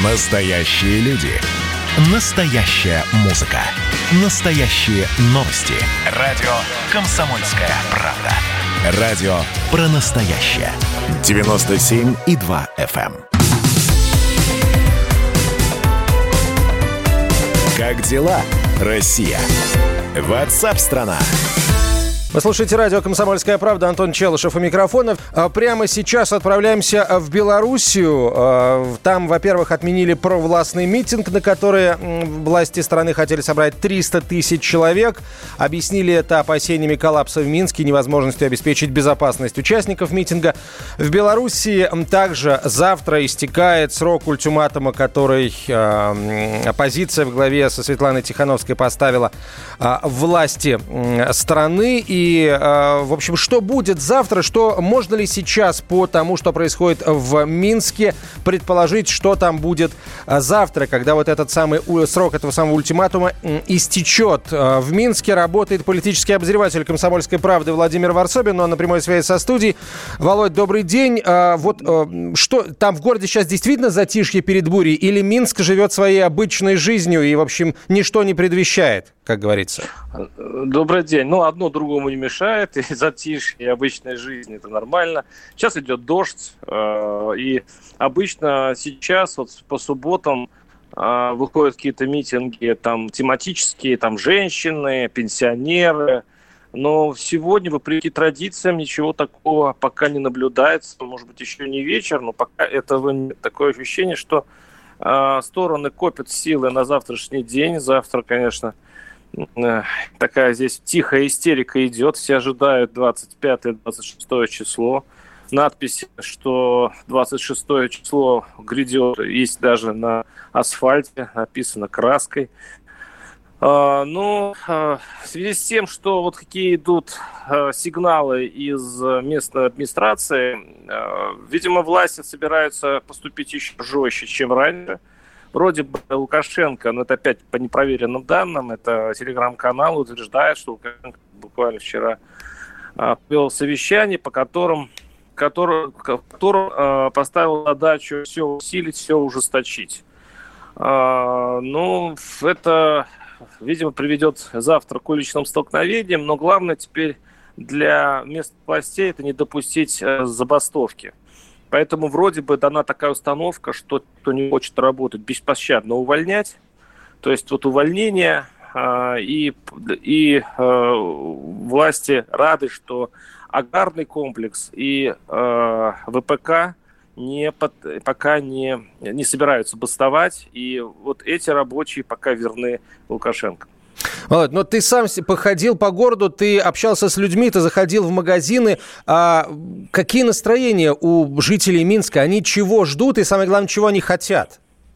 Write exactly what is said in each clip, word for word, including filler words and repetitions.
Настоящие люди. Настоящая музыка. Настоящие новости. Радио «Комсомольская правда». Радио про настоящее. девяносто семь и два эф эм. Как дела, Россия? Ватсап-страна! Вы слушаете радио «Комсомольская правда», Антон Челышев у микрофона. Прямо сейчас отправляемся в Белоруссию. Там, во-первых, отменили провластный митинг, на который власти страны хотели собрать триста тысяч человек. Объяснили это опасениями коллапса в Минске, невозможностью обеспечить безопасность участников митинга. В Белоруссии также завтра истекает срок ультиматума, который оппозиция в главе со Светланой Тихановской поставила власти страны. И И, в общем, что будет завтра, что можно ли сейчас по тому, что происходит в Минске, предположить, что там будет завтра, когда вот этот самый срок этого самого ультиматума истечет. В Минске работает политический обозреватель «Комсомольской правды» Владимир Варсобин, он на прямой связи со студией. Володь, добрый день. Вот что, там в городе сейчас действительно затишье перед бурей, или Минск живет своей обычной жизнью и, в общем, ничто не предвещает, как говорится? Добрый день. Ну, одно другому не мешает, и затишье, и обычная жизнь, это нормально. Сейчас идет дождь, э, и обычно сейчас, вот по субботам, э, выходят какие-то митинги, там, тематические, там, женщины, пенсионеры, но сегодня, вопреки традициям, ничего такого пока не наблюдается, может быть, еще не вечер, но пока этого нет. Такое ощущение, что э, стороны копят силы на завтрашний день. Завтра, конечно, такая здесь тихая истерика идет. Все ожидают двадцать пятое - двадцать шестое число. Надписи, что двадцать шестое число грядет, есть даже на асфальте, написано краской. А, ну, а, в связи с тем, что вот какие идут а, сигналы из местной администрации, а, видимо, власти собираются поступить еще жестче, чем раньше. Вроде бы Лукашенко, но это опять по непроверенным данным, это телеграм-канал утверждает, что Лукашенко буквально вчера а, вел совещание, по которым, который, которым а, поставил задачу все усилить, все ужесточить. А, ну, это, видимо, приведет завтра к уличным столкновениям, но главное теперь для местных властей это не допустить а, забастовки. Поэтому вроде бы дана такая установка, что кто не хочет работать, беспощадно увольнять. То есть вот увольнение, э, и, и э, власти рады, что аграрный комплекс и э, вэ пэ ка не под, пока не, не собираются бастовать. И вот эти рабочие пока верны Лукашенко. Володь, но ты сам походил по городу, ты общался с людьми, ты заходил в магазины. А какие настроения у жителей Минска? Они чего ждут и, самое главное, чего они хотят?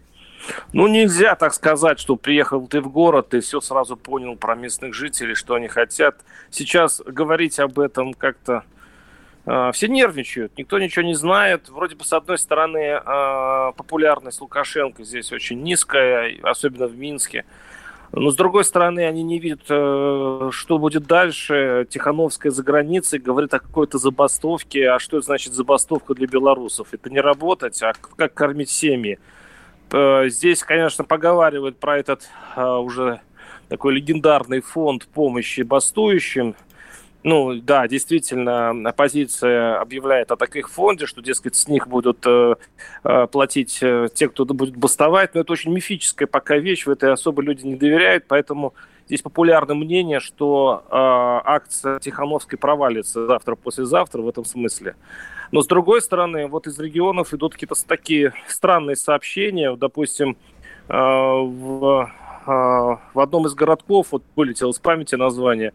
Ну, нельзя так сказать, что приехал ты в город и все сразу понял про местных жителей, что они хотят. Сейчас говорить об этом как-то... Э, все нервничают, никто ничего не знает. Вроде бы, с одной стороны, э, популярность Лукашенко здесь очень низкая, особенно в Минске. Но, с другой стороны, они не видят, что будет дальше. Тихановская за границей говорит о какой-то забастовке. А что это значит забастовка для белорусов? Это не работать, а как кормить семьи? Здесь, конечно, поговаривают про этот уже такой легендарный фонд помощи бастующим. Ну, да, действительно, оппозиция объявляет о таких фонде, что, дескать, с них будут э, платить э, те, кто будет бастовать. Но это очень мифическая пока вещь, в это особо люди не доверяют. Поэтому здесь популярно мнение, что э, акция Тихановской провалится завтра-послезавтра в этом смысле. Но, с другой стороны, вот из регионов идут какие-то такие странные сообщения. Допустим, э, в, э, в одном из городков, вот вылетело из памяти название,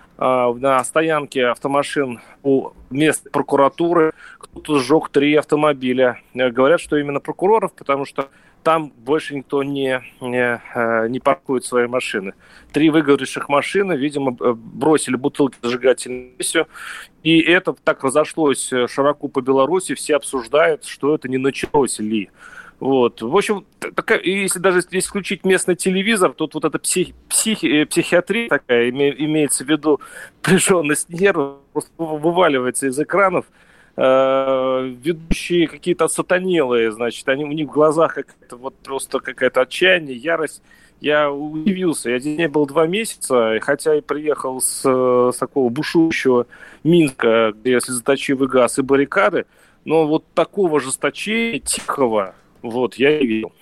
на стоянке автомашин у местной прокуратуры кто-то сжег три автомобиля. Говорят, что именно прокуроров, потому что там больше никто не, не, не паркует свои машины. Три выгоревших машины, видимо, бросили бутылки зажигательной смесью. И это так разошлось широко по Беларуси. Все обсуждают, что это не началось ли. Вот. В общем, такая, если даже исключить местный телевизор, тут вот эта псих, псих, психиатрия такая, име, имеется в виду напряженность нервов, просто вываливается из экранов. э, ведущие какие-то сатанелые, значит, они, у них в глазах какая-то, вот просто какая-то отчаяние, ярость. Я удивился, я здесь не был два месяца, хотя и приехал с, с такого бушующего Минска, где слезоточивый газ и баррикады, но вот такого жесточения, тихого, вот, я не видел.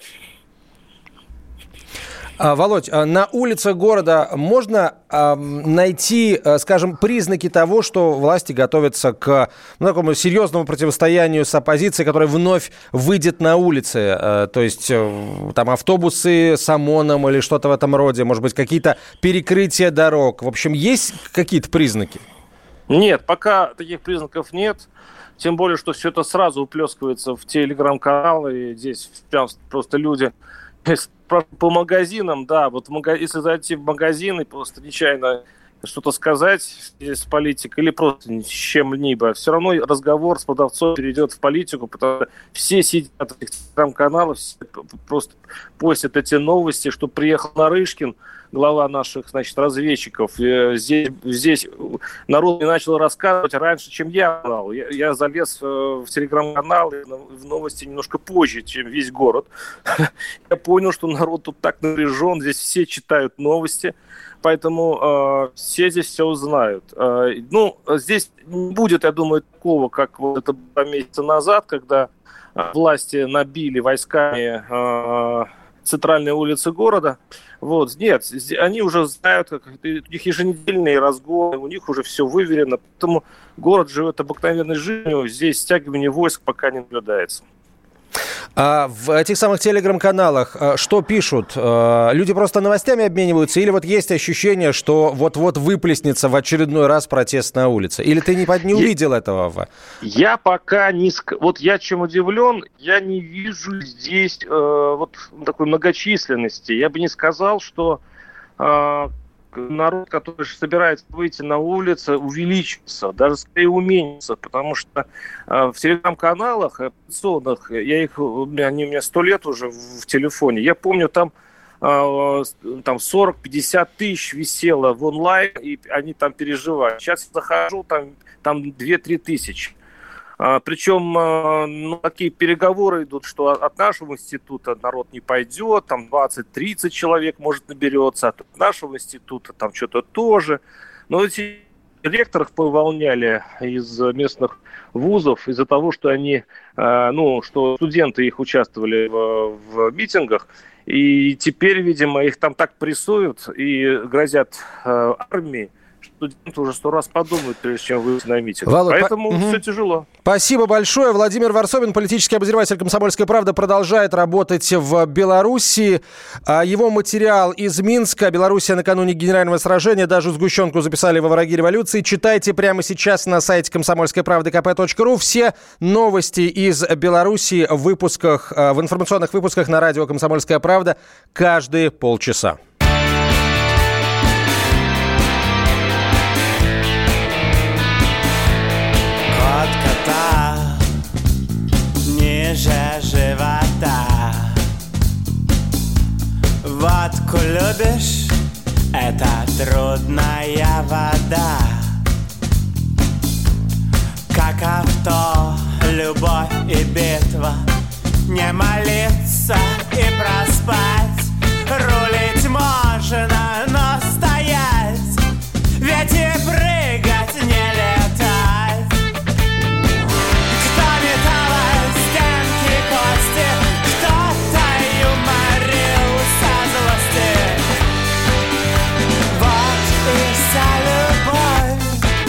Володь, на улицах города можно э, найти, э, скажем, признаки того, что власти готовятся к ну, такому серьезному противостоянию с оппозицией, которая вновь выйдет на улицы? Э, то есть э, там автобусы с ОМОНом или что-то в этом роде, может быть, какие-то перекрытия дорог. В общем, есть какие-то признаки? Нет, пока таких признаков нет. Тем более, что все это сразу уплескивается в телеграм-каналы. И здесь прям просто люди... По магазинам, да, вот в магаз... если зайти в магазин и просто нечаянно что-то сказать с политикой или просто с чем-либо, все равно разговор с продавцом перейдет в политику, потому что все сидят в этих телеграм-каналах, все просто постят эти новости, что приехал Нарышкин, глава наших, значит, разведчиков. Здесь, здесь народ мне начал рассказывать раньше, чем я знал. Я, я залез в телеграм-канал и в новости немножко позже, чем весь город. Я понял, что народ тут так напряжен, здесь все читают новости, поэтому э, все здесь все узнают. Э, ну, здесь не будет, я думаю, такого, как вот это было месяца назад, когда э, власти набили войсками э, центральные улицы города. Вот, нет, они уже знают, как, у них еженедельные разгоны, у них уже все выверено, поэтому город живет обыкновенной жизнью, здесь стягивание войск пока не наблюдается. А в этих самых телеграм-каналах что пишут? Люди просто новостями обмениваются или вот есть ощущение, что вот-вот выплеснется в очередной раз протест на улице? Или ты не, не увидел я, этого? Я пока не... Вот я чем удивлен, я не вижу здесь э, вот такой многочисленности. Я бы не сказал, что... Э, народ, который собирается выйти на улицы, увеличится, даже скорее уменьшится, потому что э, в телеграм-каналах оппозиционных, я их, они у меня сто лет уже в телефоне, я помню, там, э, там сорок-пятьдесят тысяч висело в онлайн, и они там переживают. Сейчас я захожу, там, там две-три тысячи. Причем ну, такие переговоры идут, что от нашего института народ не пойдет, там двадцать-тридцать человек, может, наберется, от нашего института там что-то тоже. Но эти ректоров поволняли из местных вузов из-за того, что они, ну, что студенты их участвовали в, в митингах, и теперь, видимо, их там так прессуют и грозят армией, студенты уже сто раз подумают, прежде чем выйти на митинг. Володь, Поэтому по... все угу. тяжело. Спасибо большое. Владимир Варсобин, политический обозреватель «Комсомольской правды», продолжает работать в Беларуси. Его материал из Минска. Белоруссия накануне генерального сражения. Даже сгущенку записали во враги революции. Читайте прямо сейчас на сайте комсомольской правды ка пэ точка ру. Все новости из Беларуси в выпусках, в информационных выпусках на радио «Комсомольская правда» каждые полчаса. Ниже живота. Водку любишь? Это трудная вода. Как авто, любовь и битва. Не молиться и проспать. Рулить можно, но стоять. Ведь и прыгать не летать. Кто металл, стенки, кости, кто-то юморил со злости. Вот и вся любовь.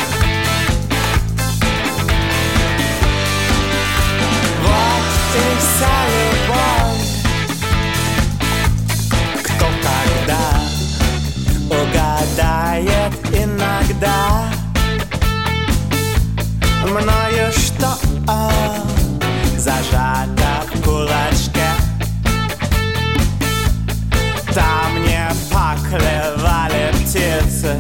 Вот и вся любовь. Кто когда угадает иногда мною что зажато в кулачке. Там не поклевали птицы,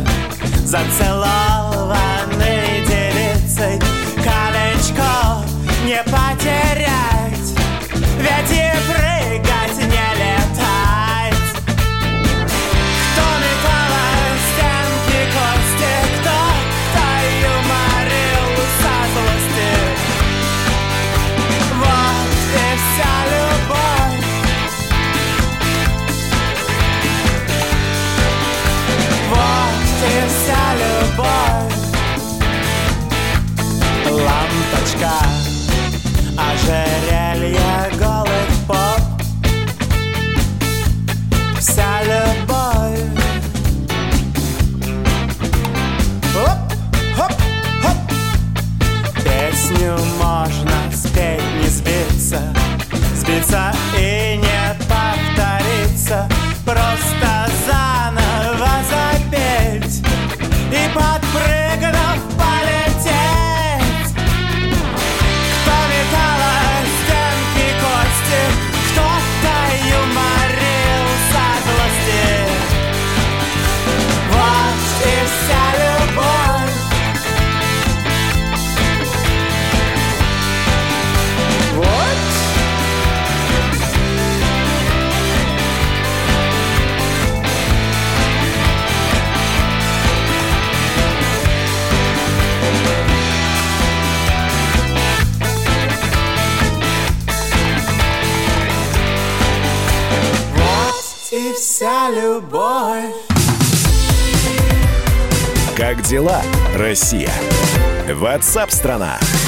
зацелованные девицей. Колечко не потерять, ведь и прыгать не летать. Кто металл, стенки, кости, кто-то юморил со злости. повторится и не повторится. Просто заново запеть и, подпрыгнув, полететь. Кто металла, стенки, кости, кто-то юморил со злости. Вот и вся любовь. Вот. И вся любовь. Как дела, Россия? WhatsApp-страна.